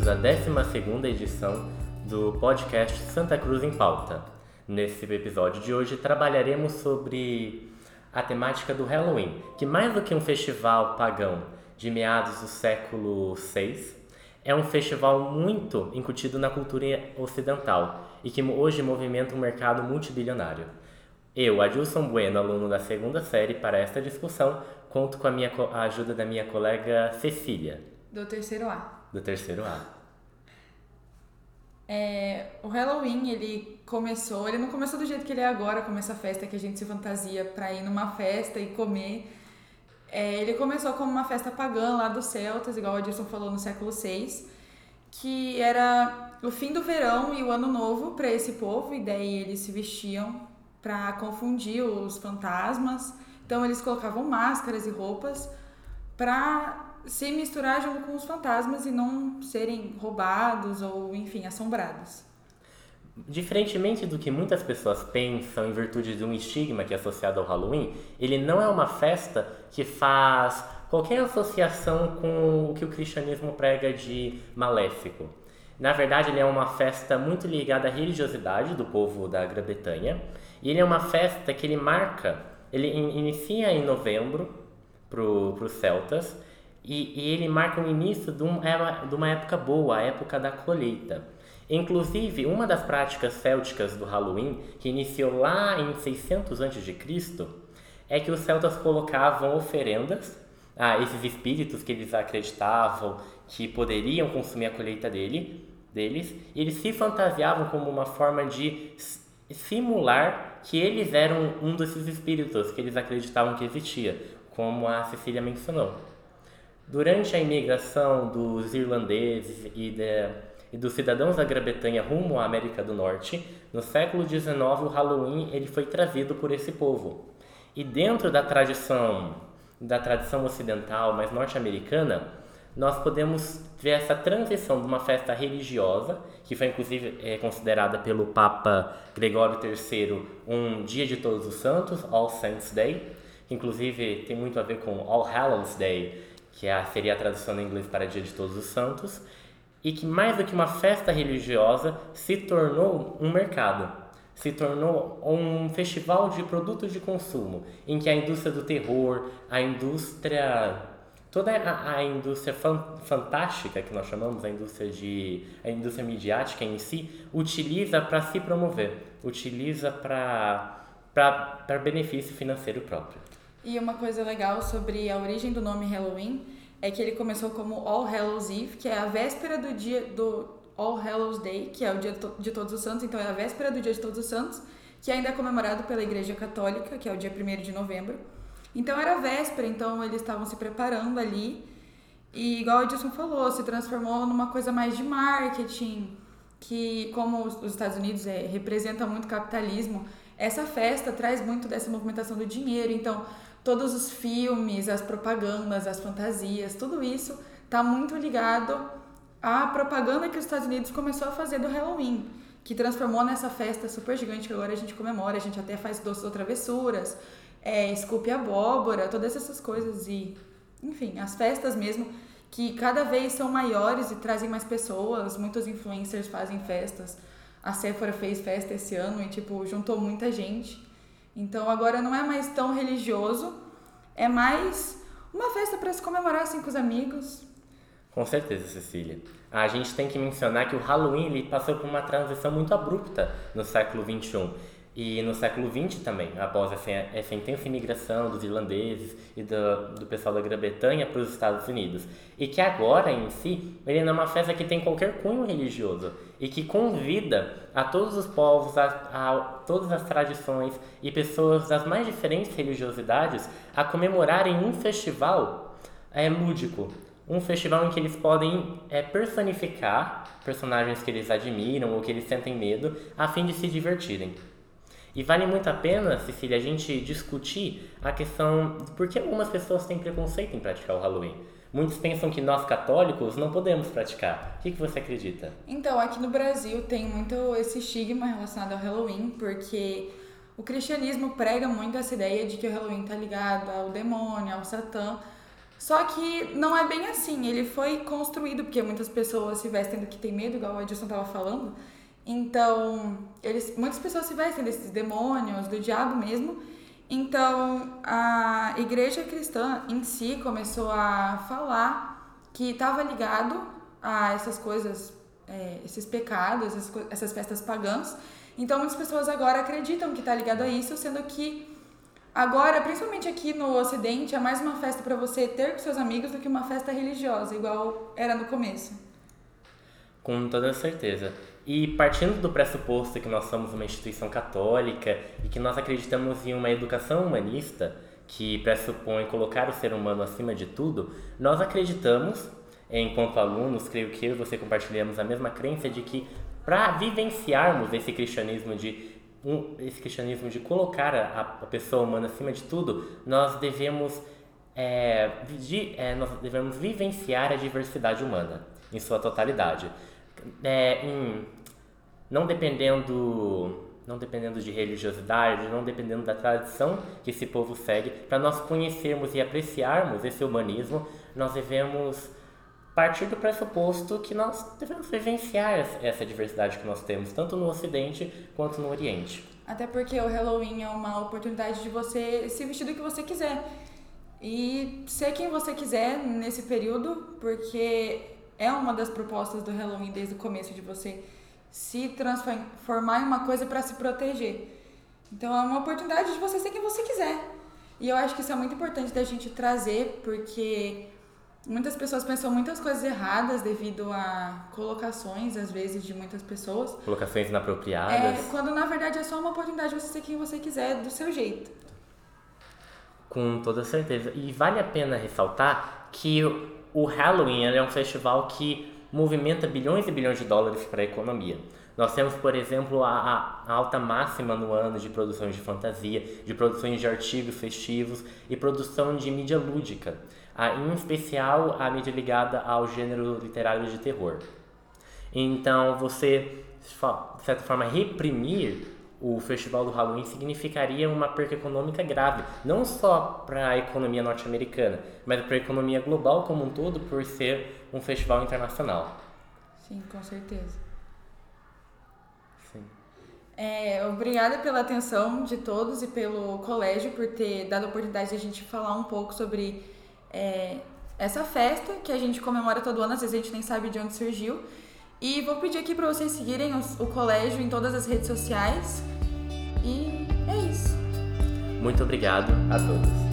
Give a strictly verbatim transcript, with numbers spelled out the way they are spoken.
à décima segunda edição do podcast Santa Cruz em Pauta. Nesse episódio de hoje trabalharemos sobre a temática do Halloween, que mais do que um festival pagão de meados do século seis, é um festival muito incutido na cultura ocidental e que hoje movimenta um mercado multibilionário. Eu, Adilson Bueno, aluno da segunda série, para esta discussão, conto com a, minha, a ajuda da minha colega Cecília. Do terceiro A. Do terceiro A. É, o Halloween, ele começou, ele não começou do jeito que ele é agora, como essa festa que a gente se fantasia pra ir numa festa e comer. É, ele começou como uma festa pagã lá dos celtas, igual o Adilson falou, no século seis, que era o fim do verão e o ano novo para esse povo, e daí eles se vestiam para confundir os fantasmas. Então eles colocavam máscaras e roupas para se misturar junto com os fantasmas e não serem roubados ou, enfim, assombrados. Diferentemente do que muitas pessoas pensam em virtude de um estigma que é associado ao Halloween, ele não é uma festa que faz qualquer associação com o que o cristianismo prega de maléfico. Na verdade, ele é uma festa muito ligada à religiosidade do povo da Grã-Bretanha, e ele é uma festa que ele marca, ele inicia em novembro para os celtas, e, e ele marca o início de uma, de uma época boa, a época da colheita. Inclusive, uma das práticas célticas do Halloween, que iniciou lá em seiscentos antes de Cristo, é que os celtas colocavam oferendas a esses espíritos que eles acreditavam que poderiam consumir a colheita dele, deles, e eles se fantasiavam como uma forma de simular que eles eram um desses espíritos que eles acreditavam que existia, como a Cecília mencionou. Durante a imigração dos irlandeses e, de, e dos cidadãos da Grã-Bretanha rumo à América do Norte, no século dezenove o Halloween ele foi trazido por esse povo. E dentro da tradição, da tradição ocidental, mais norte-americana, nós podemos ver essa transição de uma festa religiosa, que foi inclusive é, considerada pelo Papa Gregório terceiro um dia de todos os santos, All Saints Day, que inclusive tem muito a ver com All Hallows Day, que é, seria a tradução em inglês para Dia de Todos os Santos, e que mais do que uma festa religiosa se tornou um mercado, se tornou um festival de produtos de consumo, em que a indústria do terror, a indústria, toda a, a indústria fan, fantástica que nós chamamos, a indústria, de, a indústria midiática em si, utiliza para se promover, utiliza para benefício financeiro próprio. E uma coisa legal sobre a origem do nome Halloween é que ele começou como All Hallows Eve, que é a véspera do dia do All Hallows Day, que é o dia de Todos os Santos, então é a véspera do dia de Todos os Santos, que ainda é comemorado pela Igreja Católica, que é o dia primeiro de novembro. Então era véspera, então eles estavam se preparando ali, e igual o Edson falou, se transformou numa coisa mais de marketing, que como os Estados Unidos é, representa muito capitalismo, essa festa traz muito dessa movimentação do dinheiro, então todos os filmes, as propagandas, as fantasias, tudo isso está muito ligado à propaganda que os Estados Unidos começou a fazer do Halloween, que transformou nessa festa super gigante que agora a gente comemora, a gente até faz doces ou travessuras, é, Scoop abóbora, todas essas coisas e, enfim, as festas mesmo, que cada vez são maiores e trazem mais pessoas, muitos influencers fazem festas. A Sephora fez festa esse ano e, tipo, juntou muita gente. Então, agora não é mais tão religioso, é mais uma festa para se comemorar, assim, com os amigos. Com certeza, Cecília. A gente tem que mencionar que o Halloween ele passou por uma transição muito abrupta no século vinte e um. E no século vinte também, após essa, essa intensa imigração dos irlandeses e do, do pessoal da Grã-Bretanha para os Estados Unidos. E que agora, em si, ele não é uma festa que tem qualquer cunho religioso e que convida a todos os povos, a, a todas as tradições e pessoas das mais diferentes religiosidades a comemorarem um festival é, lúdico. Um festival em que eles podem é, personificar personagens que eles admiram ou que eles sentem medo a fim de se divertirem. E vale muito a pena, Cecília, a gente discutir a questão de por que algumas pessoas têm preconceito em praticar o Halloween. Muitos pensam que nós católicos não podemos praticar. O que, que você acredita? Então, aqui no Brasil tem muito esse estigma relacionado ao Halloween, porque o cristianismo prega muito essa ideia de que o Halloween está ligado ao demônio, ao Satã, Só que não é bem assim, ele foi construído, porque muitas pessoas se vestem do que tem medo, igual o Edson estava falando. Então, eles, muitas pessoas se vestem desses demônios, do diabo mesmo. Então, a igreja cristã em si começou a falar que estava ligado a essas coisas, é, esses pecados, essas, essas festas pagãs. Então, muitas pessoas agora acreditam que está ligado a isso, sendo que agora, principalmente aqui no Ocidente, é mais uma festa para você ter com seus amigos do que uma festa religiosa, igual era no começo. Com toda certeza. E partindo do pressuposto que nós somos uma instituição católica e que nós acreditamos em uma educação humanista que pressupõe colocar o ser humano acima de tudo, nós acreditamos, enquanto alunos, creio que eu e você compartilhamos a mesma crença de que para vivenciarmos esse cristianismo de Um, esse cristianismo de colocar a, a pessoa humana acima de tudo, nós devemos, é, de, é, nós devemos vivenciar a diversidade humana em sua totalidade. É, em, não dependendo, não dependendo de religiosidade, não dependendo da tradição que esse povo segue, para nós conhecermos e apreciarmos esse humanismo, nós devemos partir do pressuposto que nós devemos vivenciar essa diversidade que nós temos, tanto no Ocidente quanto no Oriente. Até porque o Halloween é uma oportunidade de você se vestir do que você quiser e ser quem você quiser nesse período, porque é uma das propostas do Halloween desde o começo, de você se transformar em uma coisa para se proteger. Então é uma oportunidade de você ser quem você quiser. E eu acho que isso é muito importante da gente trazer, porque muitas pessoas pensam muitas coisas erradas devido a colocações, às vezes, de muitas pessoas. Colocações inapropriadas. É, quando na verdade é só uma oportunidade de você ser quem você quiser, do seu jeito. Com toda certeza. E vale a pena ressaltar que o Halloween é um festival que movimenta bilhões e bilhões de dólares para a economia. Nós temos, por exemplo, a, a alta máxima no ano de produções de fantasia, de produções de artigos festivos e produção de mídia lúdica. Em especial a mídia ligada ao gênero literário de terror. Então, você, de certa forma, reprimir o festival do Halloween significaria uma perca econômica grave, não só para a economia norte-americana, mas para a economia global como um todo, por ser um festival internacional. Sim, com certeza. Sim. É, obrigada pela atenção de todos e pelo colégio por ter dado a oportunidade de a gente falar um pouco sobre É, essa festa que a gente comemora todo ano, às vezes a gente nem sabe de onde surgiu. E vou pedir aqui para vocês seguirem o, o colégio em todas as redes sociais. E é isso. Muito obrigado a todos.